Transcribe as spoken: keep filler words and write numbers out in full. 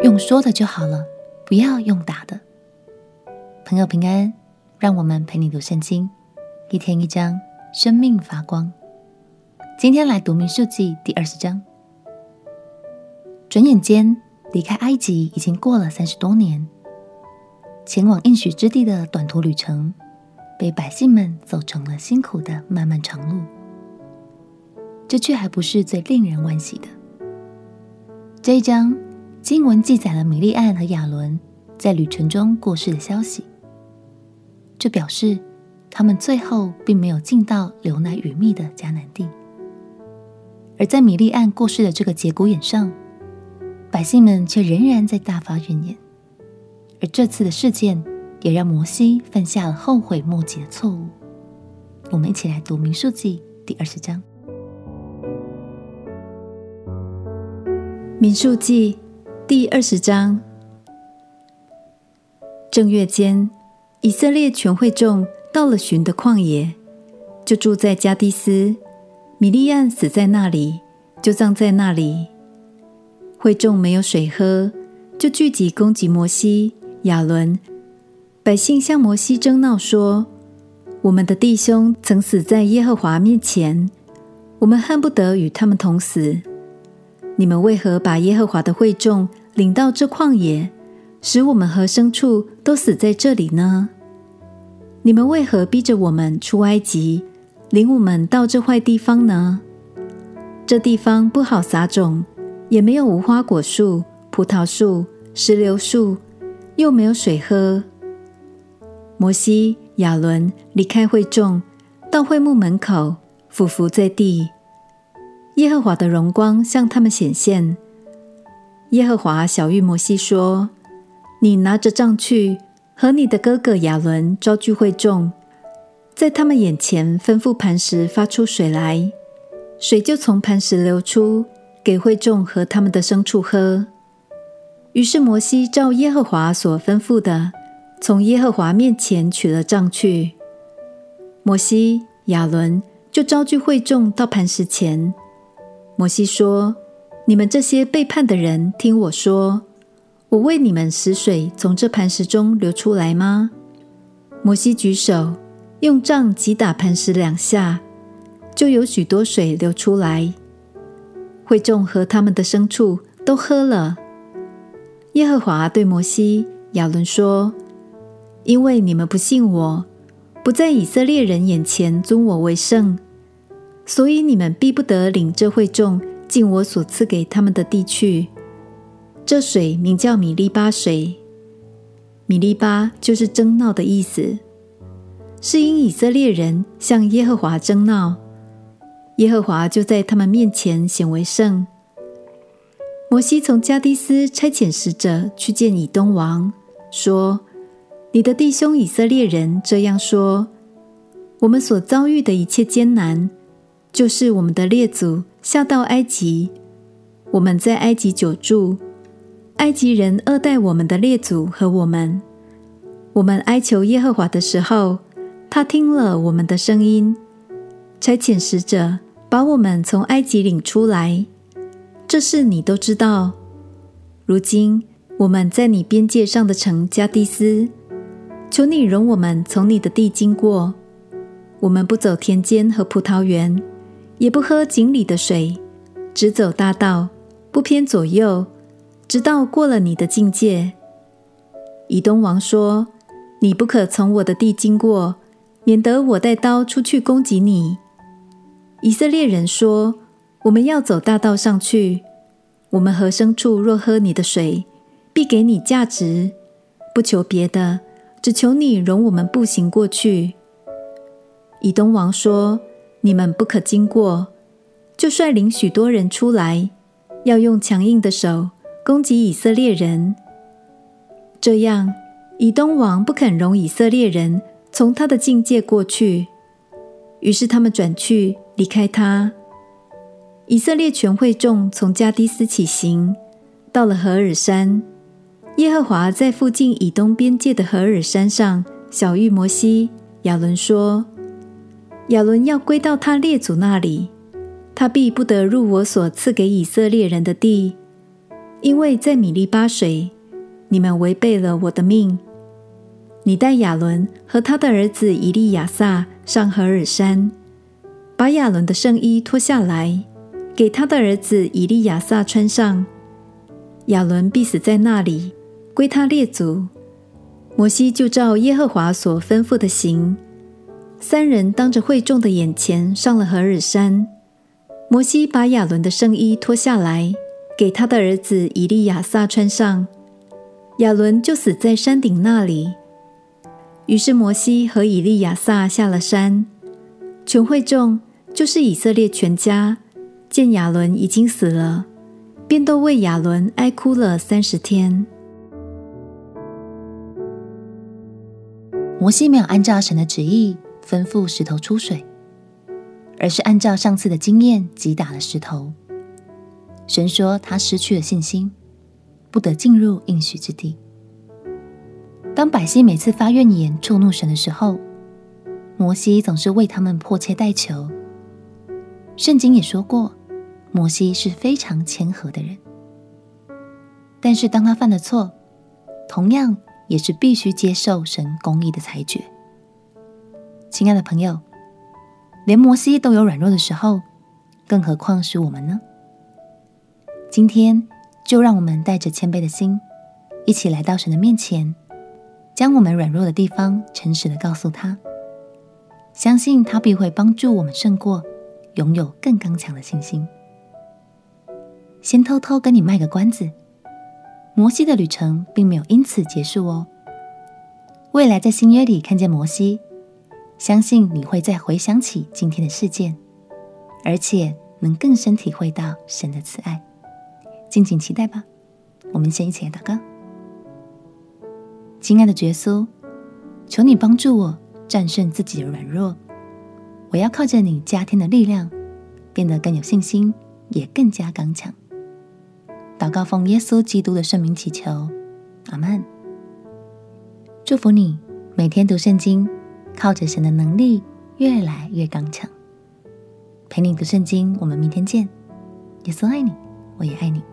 用说的就好了，不要用打的。朋友平安，让我们陪你读圣经，一天一章，生命发光。今天来读民数记第二十章。转眼间，离开埃及已经过了三十多年，前往应许之地的短途旅程，被百姓们走成了辛苦的漫漫长路。这却还不是最令人惋喜的。这一章经文记载了米利暗和亚伦在旅程中过世的消息，这表示他们最后并没有进到流奶与蜜的迦南地。而在米利暗过世的这个节骨眼上，百姓们却仍然在大发怨言。而这次的事件也让摩西犯下了后悔莫及的错误。我们一起来读民数记第二十章。 民数记第二十章。正月间，以色列全会众到了寻的旷野，就住在加低斯。米利暗死在那里，就葬在那里。会众没有水喝，就聚集攻击摩西、亚伦。百姓向摩西争闹说：我们的弟兄曾死在耶和华面前，我们恨不得与他们同死。你们为何把耶和华的会众领到这旷野，使我们和牲畜都死在这里呢？你们为何逼着我们出埃及，领我们到这坏地方呢？这地方不好撒种，也没有无花果树、葡萄树、石榴树，又没有水喝。摩西、亚伦离开会众，到会幕门口，俯伏在地。耶和华的荣光向他们显现。耶和华晓谕摩西说：你拿着杖去，和你的哥哥亚伦招聚会众，在他们眼前吩咐磐石发出水来，水就从磐石流出，给会众和他们的牲畜喝。于是摩西照耶和华所吩咐的，从耶和华面前取了杖去。摩西、亚伦就招聚会众到磐石前。摩西说：你们这些背叛的人，听我说，我为你们使水从这磐石中流出来吗？摩西举手，用杖击打磐石两下，就有许多水流出来。会众和他们的牲畜都喝了。耶和华对摩西、亚伦说：因为你们不信我，不在以色列人眼前尊我为圣，所以你们必不得领这会众进我所赐给他们的地去。这水名叫米利巴水。米利巴就是争闹的意思，是因以色列人向耶和华争闹，耶和华就在他们面前显为圣。摩西从加低斯差遣使者去见以东王，说：你的弟兄以色列人这样说，我们所遭遇的一切艰难，就是我们的列祖下到埃及，我们在埃及久住，埃及人恶待我们的列祖和我们。我们哀求耶和华的时候，他听了我们的声音，差遣使者把我们从埃及领出来。这事你都知道。如今我们在你边界上的城加低斯，求你容我们从你的地经过。我们不走田间和葡萄园，也不喝井里的水，只走大道，不偏左右，直到过了你的境界。以东王说：你不可从我的地经过，免得我带刀出去攻击你。以色列人说：我们要走大道上去，我们和牲畜若喝你的水，必给你价值，不求别的，只求你容我们步行过去。以东王说：你们不可经过，就率领许多人出来，要用强硬的手攻击以色列人。这样，以东王不肯容以色列人从他的境界过去，于是他们转去离开他。以色列全会众从加低斯起行，到了何尔山。耶和华在附近以东边界的何尔山上晓谕摩西、亚伦说：亚伦要归到他列祖那里，他必不得入我所赐给以色列人的地。 因为在米利巴水，你们违背了我的命。你带亚伦和他的儿子以利亚撒上何珥山，把亚伦的圣衣脱下来，给他的儿子以利亚撒穿上。亚伦必死在那里，归他列祖。摩西就照耶和华所吩咐的行。三人当着会众的眼前上了何珥山。摩西把亚伦的圣衣脱下来，给他的儿子以利亚撒穿上。亚伦就死在山顶那里。于是摩西和以利亚撒下了山，全会众，就是以色列全家，见亚伦已经死了，便都为亚伦哀哭了三十天。 摩西没有按照神的旨意吩咐石头出水，而是按照上次的经验击打了石头。神说他失去了信心，不得进入应许之地。当百姓每次发怨言触怒神的时候，摩西总是为他们迫切代求。圣经也说过，摩西是非常谦和的人。但是当他犯了错，同样也是必须接受神公义的裁决。亲爱的朋友，连摩西都有软弱的时候，更何况是我们呢？今天就让我们带着谦卑的心，一起来到神的面前，将我们软弱的地方诚实地告诉他，相信他必会帮助我们胜过，拥有更刚强的信心。先偷偷跟你卖个关子，摩西的旅程并没有因此结束哦。未来在新约里看见摩西，相信你会再回想起今天的事件，而且能更深体会到神的慈爱。敬请期待吧。我们先一起来祷告。亲爱的耶稣，求你帮助我战胜自己的软弱，我要靠着你加添的力量，变得更有信心，也更加刚强。祷告奉耶稣基督的圣名祈求，阿们。祝福你每天读圣经，靠着神的能力越来越刚强。陪你读圣经，我们明天见。耶稣爱你，我也爱你。